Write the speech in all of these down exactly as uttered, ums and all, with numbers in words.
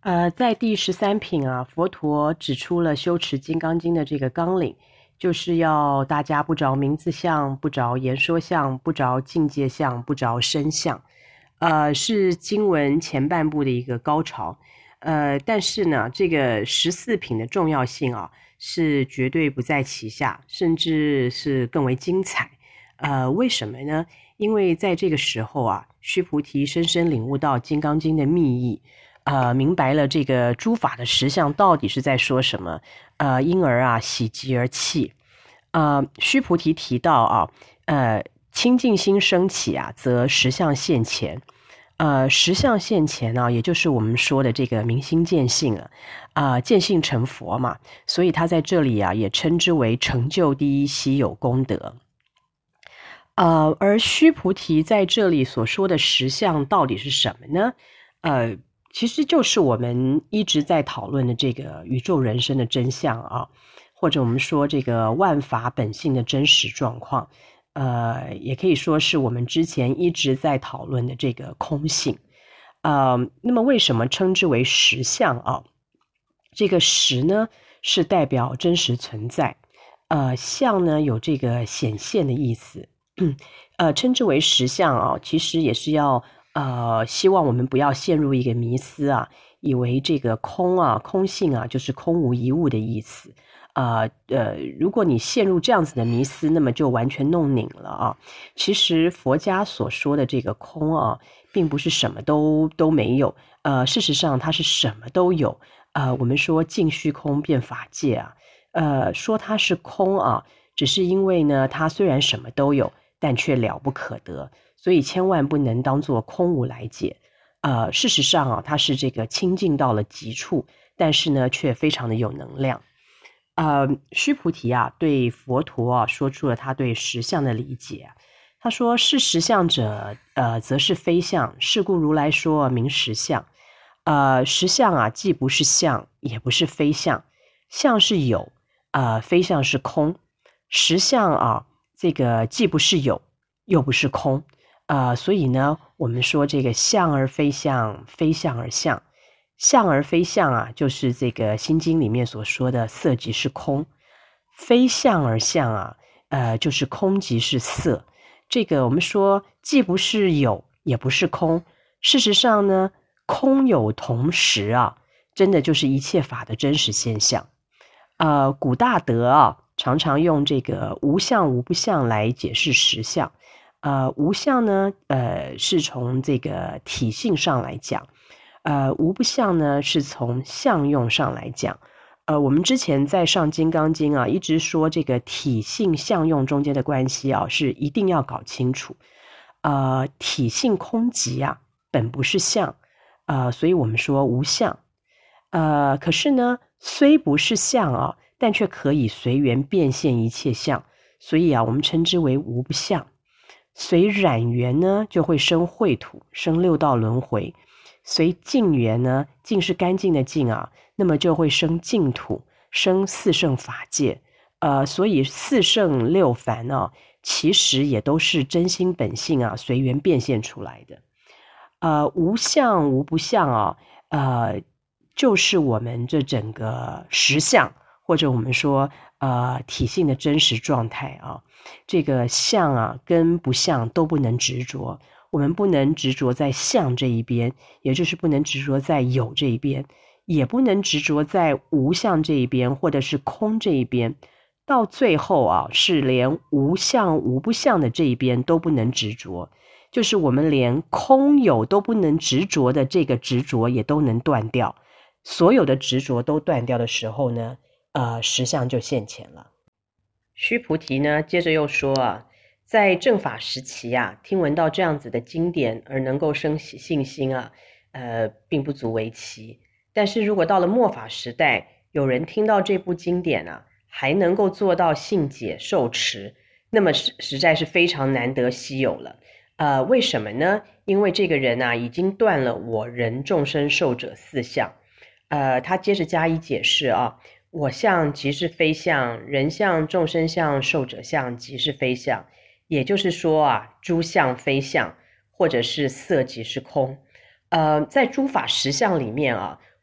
呃，在第十三品啊，佛陀指出了修持《金刚经》的这个纲领，就是要大家不着名字相，不着言说相，不着境界相，不着身相，呃，是经文前半部的一个高潮。呃，但是呢，这个十四品的重要性啊，是绝对不在其下，甚至是更为精彩。呃，为什么呢？因为在这个时候啊，须菩提深深领悟到《金刚经》的密意。呃，明白了这个诸法的实相到底是在说什么，呃，因而啊喜极而泣。呃，须菩提提到啊，呃，清净心升起啊，则实相现前。呃，实相现前呢、啊，也就是我们说的这个明心见性啊，啊、呃，见性成佛嘛，所以他在这里啊，也称之为成就第一稀有功德。呃，而须菩提在这里所说的实相到底是什么呢？呃，其实就是我们一直在讨论的这个宇宙人生的真相啊，或者我们说这个万法本性的真实状况，呃，也可以说是我们之前一直在讨论的这个空性。呃，那么为什么称之为实相啊？这个实呢，是代表真实存在，呃，相呢有这个显现的意思。呃，称之为实相啊，其实也是要呃，希望我们不要陷入一个迷思啊，以为这个空啊、空性啊，就是空无一物的意思。呃呃，如果你陷入这样子的迷思，那么就完全弄拧了啊。其实佛家所说的这个空啊，并不是什么都都没有，呃，事实上它是什么都有。呃，我们说尽虚空变法界啊，呃，说它是空啊，只是因为呢，它虽然什么都有，但却了不可得，所以千万不能当作空无来解。呃，事实上啊，它是这个清净到了极处，但是呢，却非常的有能量。呃，须菩提啊，对佛陀啊，说出了他对实相的理解。他说：“是实相者，呃，则是非相。是故如来说名实相。呃，实相啊，既不是相，也不是非相。相是有，呃，非相是空。实相啊，这个既不是有，又不是空。呃，所以呢，我们说这个相而非相，非相而相。相而非相啊，就是这个《心经》里面所说的色即是空；非相而相啊，呃，就是空即是色。这个我们说既不是有，也不是空。事实上呢，空有同时啊，真的就是一切法的真实现象。呃，古大德啊，常常用这个无相无不相来解释实相。呃，无相呢，呃，是从这个体性上来讲。呃，无不相呢，是从相用上来讲。呃，我们之前在上《金刚经》啊，一直说这个体性相用中间的关系啊，是一定要搞清楚。呃，体性空寂啊，本不是相，呃，所以我们说无相。呃，可是呢，虽不是相啊，但却可以随缘变现一切相，所以啊，我们称之为无不相。随染缘呢，就会生秽土，生六道轮回；随净缘呢，净是干净的净啊，那么就会生净土，生四圣法界。呃，所以四圣六凡啊，其实也都是真心本性啊，随缘变现出来的。呃，无相无不相啊，呃，就是我们这整个实相，或者我们说呃体性的真实状态啊。这个相啊跟不相都不能执着，我们不能执着在相这一边，也就是不能执着在有这一边，也不能执着在无相这一边，或者是空这一边。到最后啊，是连无相无不相的这一边都不能执着。就是我们连空有都不能执着的这个执着也都能断掉，所有的执着都断掉的时候呢，呃，实相就现前了。须菩提呢，接着又说啊，在正法时期啊，听闻到这样子的经典而能够生信心啊，呃，并不足为奇。但是如果到了末法时代，有人听到这部经典啊，还能够做到信解受持，那么实实在是非常难得稀有了。呃，为什么呢？因为这个人啊，已经断了我人众生寿者四相。呃，他接着加以解释啊，我相即是非相，人相、众生相、寿者相即是非相。也就是说啊，诸相非相，或者是色即是空。呃，在诸法实相里面啊，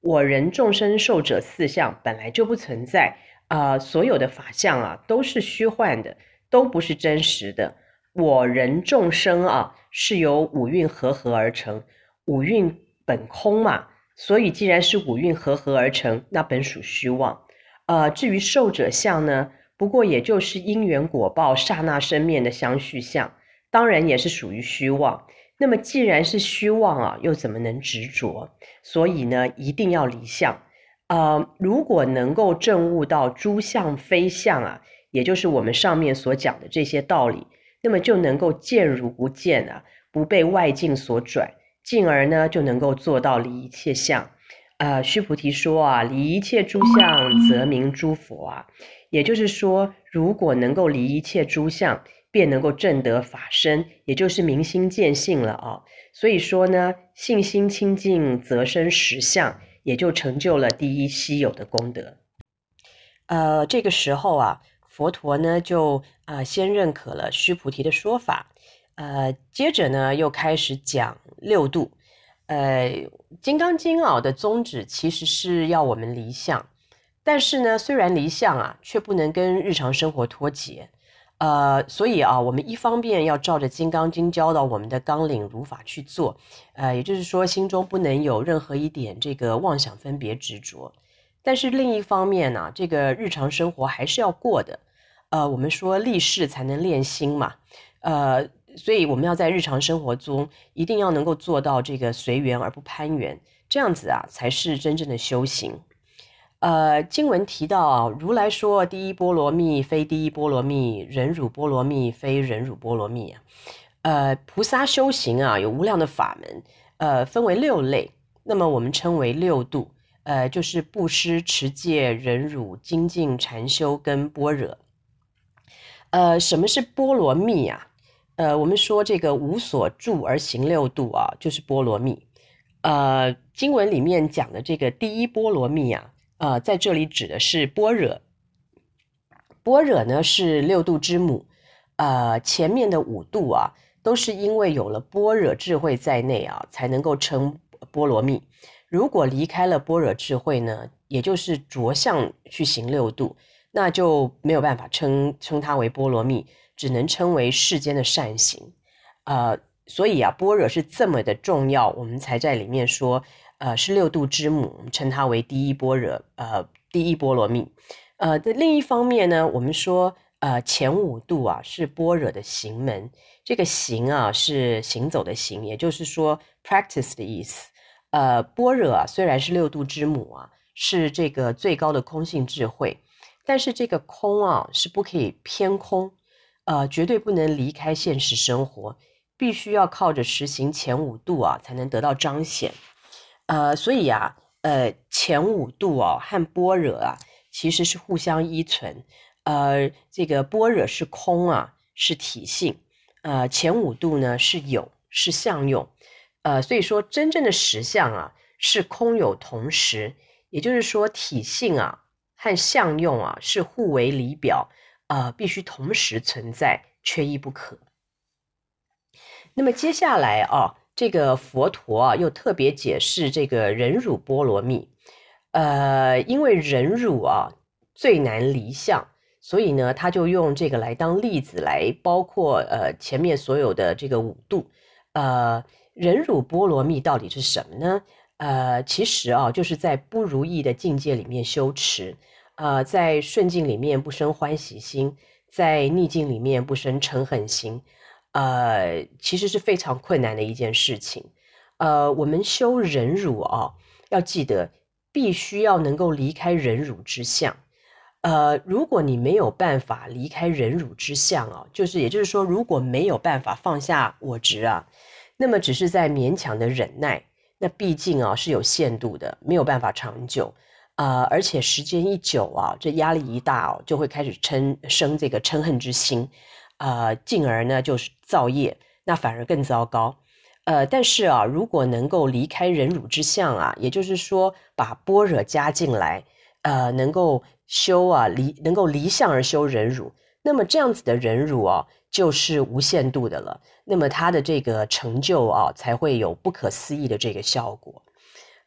我人众生寿者四相本来就不存在，呃，所有的法相啊都是虚幻的，都不是真实的。我人众生啊是由五蕴合合而成，五蕴本空嘛，所以既然是五蕴合合而成，那本属虚妄。呃，至于寿者相呢，不过也就是因缘果报刹那生灭的相续相，当然也是属于虚妄。那么既然是虚妄啊，又怎么能执着？所以呢，一定要离相。呃，如果能够证悟到诸相非相啊，也就是我们上面所讲的这些道理，那么就能够见如不见啊，不被外境所转，进而呢就能够做到离一切相。呃，须菩提说啊，离一切诸相，则名诸佛啊。也就是说，如果能够离一切诸相，便能够证得法身，也就是明心见性了啊。所以说呢，信心清净，则生实相，也就成就了第一稀有的功德。呃，这个时候啊，佛陀呢就啊、呃、先认可了须菩提的说法，呃，接着呢又开始讲六度。呃，《金刚经》啊的宗旨其实是要我们离相，但是呢，虽然离相啊，却不能跟日常生活脱节。呃，所以啊，我们一方面要照着《金刚经》教导我们的纲领如法去做，呃，也就是说，心中不能有任何一点这个妄想分别执着。但是另一方面呢、啊，这个日常生活还是要过的。呃，我们说立事才能练心嘛，呃，所以我们要在日常生活中一定要能够做到这个随缘而不攀缘，这样子啊才是真正的修行。呃，经文提到啊，如来说第一波罗蜜非第一波罗蜜，忍辱波罗蜜非忍辱波罗蜜啊。呃，菩萨修行啊有无量的法门，呃，分为六类，那么我们称为六度，呃，就是布施、持戒、忍辱、精进、禅修跟般若。呃，什么是波罗蜜啊？呃，我们说这个无所住而行六度啊，就是波罗蜜。呃，经文里面讲的这个第一波罗蜜啊，呃，在这里指的是般若。般若呢是六度之母，呃，前面的五度啊，都是因为有了般若智慧在内啊，才能够称波罗蜜。如果离开了般若智慧呢，也就是着相去行六度，那就没有办法称称它为波罗蜜，只能称为世间的善行。呃，所以啊，般若是这么的重要，我们才在里面说，呃，是六度之母，我们称它为第一般若，呃，第一波罗蜜。呃，的另一方面呢，我们说，呃，前五度啊是般若的行门，这个行啊是行走的行，也就是说 practice 的意思。呃，般若啊虽然是六度之母啊，是这个最高的空性智慧，但是这个空啊是不可以偏空，呃，绝对不能离开现实生活，必须要靠着实行前五度啊才能得到彰显。呃，所以啊，呃，前五度啊和般若啊其实是互相依存。呃，这个般若是空啊，是体性；呃，前五度呢是有，是相用。呃，所以说真正的实相啊是空有同时，也就是说体性啊和相用啊是互为离表，呃，必须同时存在，缺一不可。那么接下来啊，这个佛陀啊又特别解释这个忍辱波罗蜜。呃，因为忍辱啊最难离相，所以呢，他就用这个来当例子来包括呃前面所有的这个五度。呃，忍辱波罗蜜到底是什么呢？呃，其实啊，就是在不如意的境界里面修持，呃，在顺境里面不生欢喜心，在逆境里面不生嗔恨心。呃，其实是非常困难的一件事情。呃，我们修忍辱啊，要记得必须要能够离开忍辱之相。呃，如果你没有办法离开忍辱之相啊，就是也就是说，如果没有办法放下我执啊，那么只是在勉强的忍耐，那毕竟啊是有限度的，没有办法长久。呃，而且时间一久啊，这压力一大哦，就会开始嗔生这个嗔恨之心。呃，进而呢就是造业，那反而更糟糕。呃，但是啊，如果能够离开忍辱之相啊，也就是说把般若加进来，呃，能够修啊离，能够离相而修忍辱，那么这样子的忍辱啊，就是无限度的了。那么它的这个成就啊，才会有不可思议的这个效果。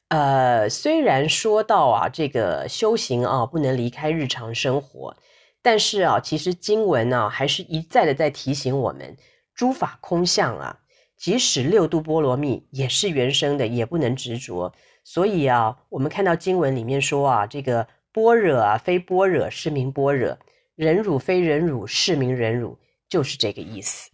呃，虽然说到啊，这个修行啊不能离开日常生活，但是啊，其实经文啊还是一再的在提醒我们，诸法空相啊，即使六度波罗蜜也是原生的，也不能执着。所以啊，我们看到经文里面说啊，这个般若啊，非般若，是名般若；忍辱非忍辱，是名忍辱，就是这个意思。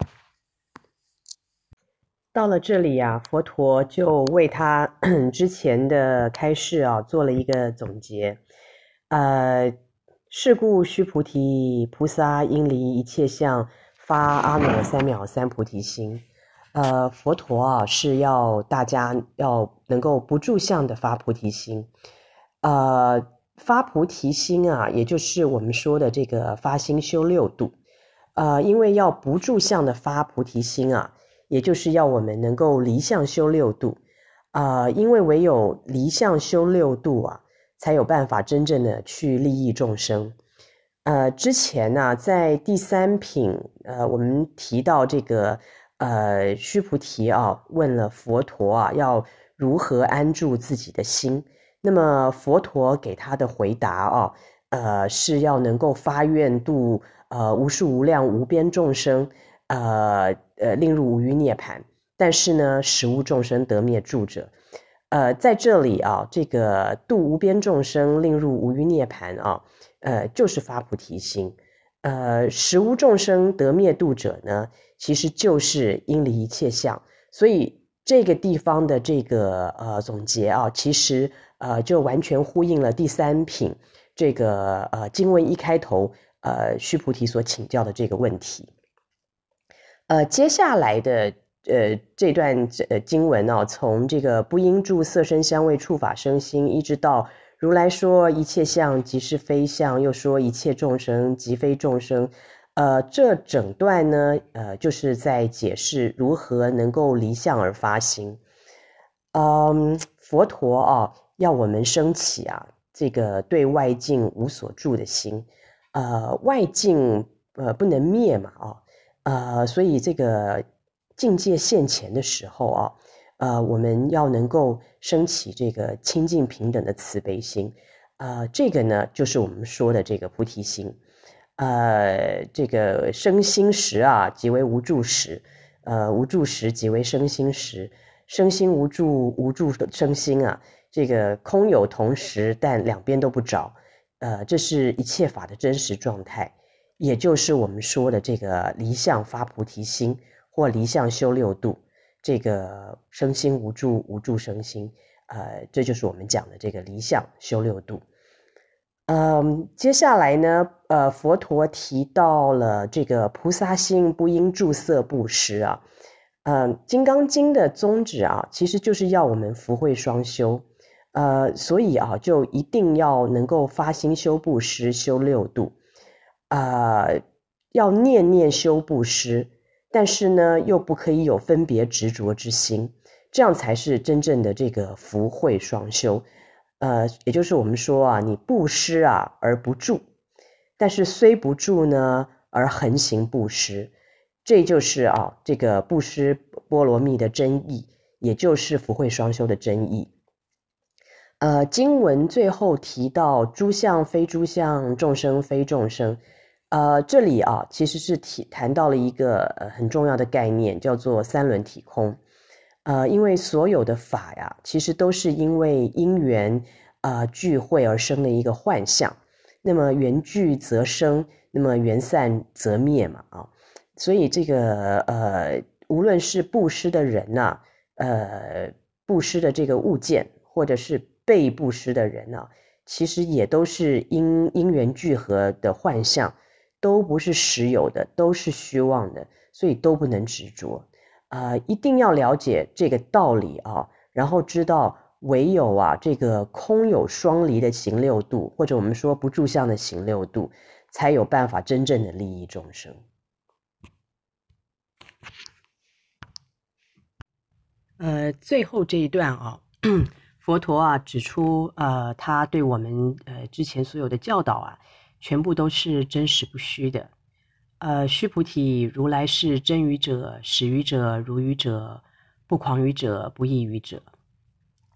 到了这里啊，佛陀就为他之前的开示啊做了一个总结。呃，是故须菩提，菩萨应离一切相，发阿耨三藐三菩提心。呃，佛陀啊是要大家要能够不住相的发菩提心。呃，发菩提心啊，也就是我们说的这个发心修六度。呃，因为要不住相的发菩提心啊，也就是要我们能够离相修六度，啊、呃，因为唯有离相修六度啊，才有办法真正的去利益众生。呃，之前呢、啊，在第三品，呃，我们提到这个，呃，须菩提啊，问了佛陀啊，要如何安住自己的心。那么佛陀给他的回答啊，呃，是要能够发愿度呃无数无量无边众生，呃呃，令入无余涅槃。但是呢，实无众生得灭住者。呃，在这里啊，这个度无边众生，令入无余涅槃啊，呃，就是发菩提心。呃，实无众生得灭度者呢，其实就是应离一切相。所以这个地方的这个呃总结啊，其实呃就完全呼应了第三品这个呃经文一开头呃须菩提所请教的这个问题。呃，接下来的呃这段呃经文呢、啊，从这个不应住色声香味触法身心，一直到如来说一切相即是非相，又说一切众生即非众生。呃，这整段呢，呃，就是在解释如何能够离相而发心。嗯，佛陀啊，要我们升起啊这个对外境无所住的心。呃，外境呃不能灭嘛啊。呃，所以这个境界现前的时候啊，呃，我们要能够升起这个清净平等的慈悲心。呃，这个呢，就是我们说的这个菩提心。呃，这个生心时啊，即为无住时；呃，无住时即为生心时。生心无住，无住生心啊，这个空有同时，但两边都不着。呃，这是一切法的真实状态。也就是我们说的这个离相发菩提心，或离相修六度，这个生心无住，无住生心，呃，这就是我们讲的这个离相修六度。嗯，接下来呢，呃，佛陀提到了这个菩萨心不应住色布施啊。嗯，《金刚经》的宗旨啊，其实就是要我们福慧双修。呃，所以啊，就一定要能够发心修布施，修六度。呃，要念念修布施，但是呢，又不可以有分别执着之心，这样才是真正的这个福慧双修。呃，也就是我们说啊，你布施啊而不住，但是虽不住呢，而恒行布施，这就是啊这个布施波罗蜜的真意，也就是福慧双修的真意。呃，经文最后提到诸相非诸相，众生非众生。呃，这里啊，其实是提谈到了一个呃很重要的概念，叫做三轮体空。呃，因为所有的法呀，其实都是因为因缘啊、呃、聚会而生的一个幻象。那么缘聚则生，那么缘散则灭嘛啊。所以这个呃，无论是布施的人呐、啊，呃，布施的这个物件，或者是被布施的人啊，其实也都是因因缘聚合的幻象。都不是实有的，都是虚妄的，所以都不能执着。呃，一定要了解这个道理啊，然后知道唯有啊这个空有双离的行六度，或者我们说不住相的行六度，才有办法真正的利益众生。呃，最后这一段啊，佛陀啊指出，呃，他对我们呃之前所有的教导啊，全部都是真实不虚的。呃，须菩提，如来是真语者，始语者，如语者，不诳语者，不异语者。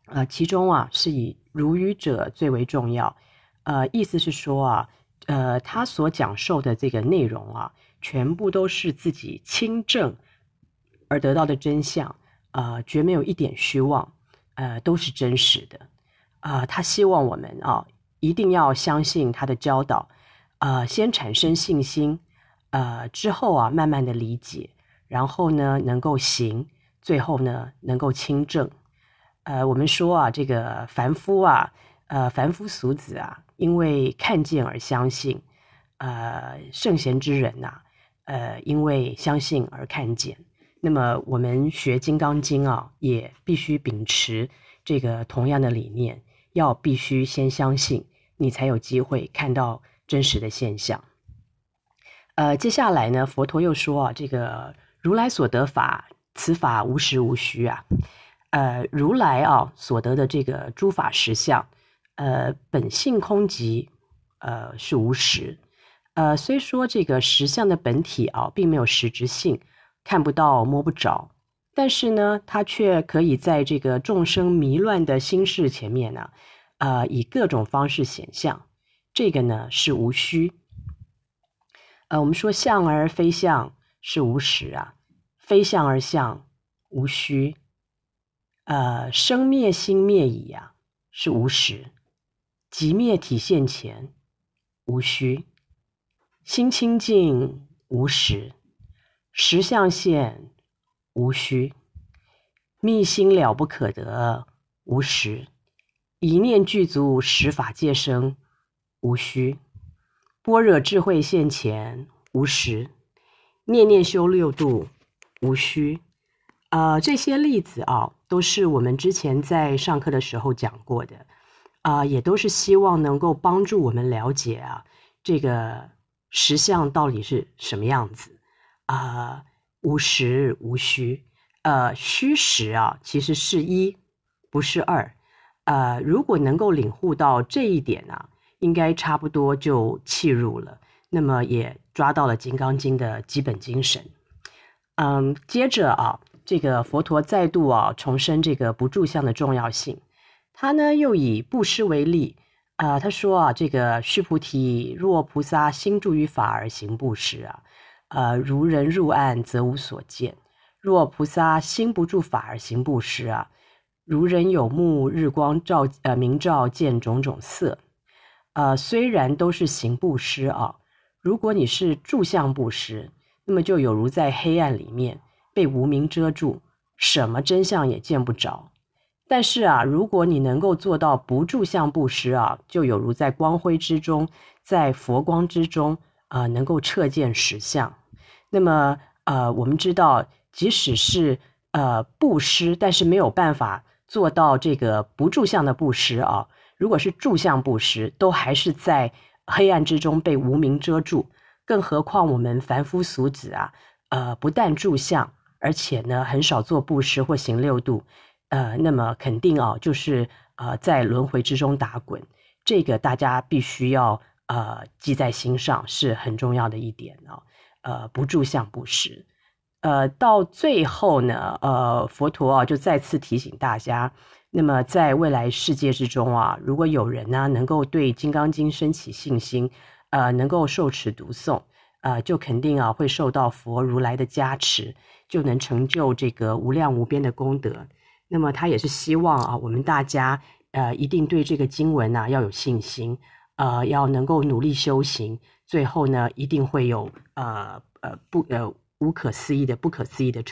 呃，其中啊是以如语者最为重要，呃，意思是说啊，呃，他所讲授的这个内容啊，全部都是自己亲证而得到的真相，呃，绝没有一点虚妄，呃，都是真实的。啊、呃他希望我们啊，一定要相信他的教导，呃，先产生信心，呃，之后啊，慢慢的理解，然后呢，能够行，最后呢，能够亲证。呃，我们说啊，这个凡夫啊，呃，凡夫俗子啊，因为看见而相信，呃，圣贤之人呐、呃，因为相信而看见。那么我们学《金刚经》啊，也必须秉持这个同样的理念，要必须先相信，你才有机会看到真实的现象。呃，接下来呢，佛陀又说啊，这个如来所得法，此法无实无虚啊。呃，如来啊所得的这个诸法实相，呃，本性空寂，呃，是无实。呃，虽说这个实相的本体啊，并没有实质性，看不到摸不着，但是呢，它却可以在这个众生迷乱的心事前面呢，呃，以各种方式显象。这个呢是无虚。呃，我们说相而非相是无实啊，非相而相无虚。呃，生灭心灭已啊，是无实；即灭体现前，无虚。心清净无实，实相现无虚。密心了不可得，无实；一念具足，十法界生，无虚。般若智慧现前，无实；念念修六度，无虚。呃，这些例子啊，都是我们之前在上课的时候讲过的，啊、呃，也都是希望能够帮助我们了解啊，这个实相到底是什么样子啊、呃，无实无虚，呃，虚实啊，其实是一，不是二，呃，如果能够领悟到这一点啊，应该差不多就契入了，那么也抓到了《金刚经》的基本精神。嗯，接着啊，这个佛陀再度啊重申这个不住相的重要性。他呢又以布施为例，呃，他说啊，这个须菩提，若菩萨心住于法而行布施啊，呃，如人入暗则无所见；若菩萨心不住法而行布施啊，如人有目日光照呃明照见种种色。呃，虽然都是行布施啊，如果你是住相布施，那么就有如在黑暗里面被无明遮住，什么真相也见不着。但是啊，如果你能够做到不住相布施啊，就有如在光辉之中，在佛光之中啊、呃，能够彻见实相。那么呃，我们知道，即使是呃布施，但是没有办法做到这个不住相的布施啊。如果是住相布施，都还是在黑暗之中被无明遮住，更何况我们凡夫俗子啊，呃，不但住相，而且呢，很少做布施或行六度，呃，那么肯定啊，就是呃，在轮回之中打滚，这个大家必须要呃记在心上，是很重要的一点啊，呃，不住相布施。呃，到最后呢，呃，佛陀啊就再次提醒大家，那么在未来世界之中啊，如果有人呢能够对《金刚经》升起信心，呃，能够受持读诵，呃，就肯定啊会受到佛如来的加持，就能成就这个无量无边的功德。那么他也是希望啊，我们大家呃一定对这个经文啊要有信心，呃，要能够努力修行，最后呢一定会有呃呃不呃无可思议的不可思议的成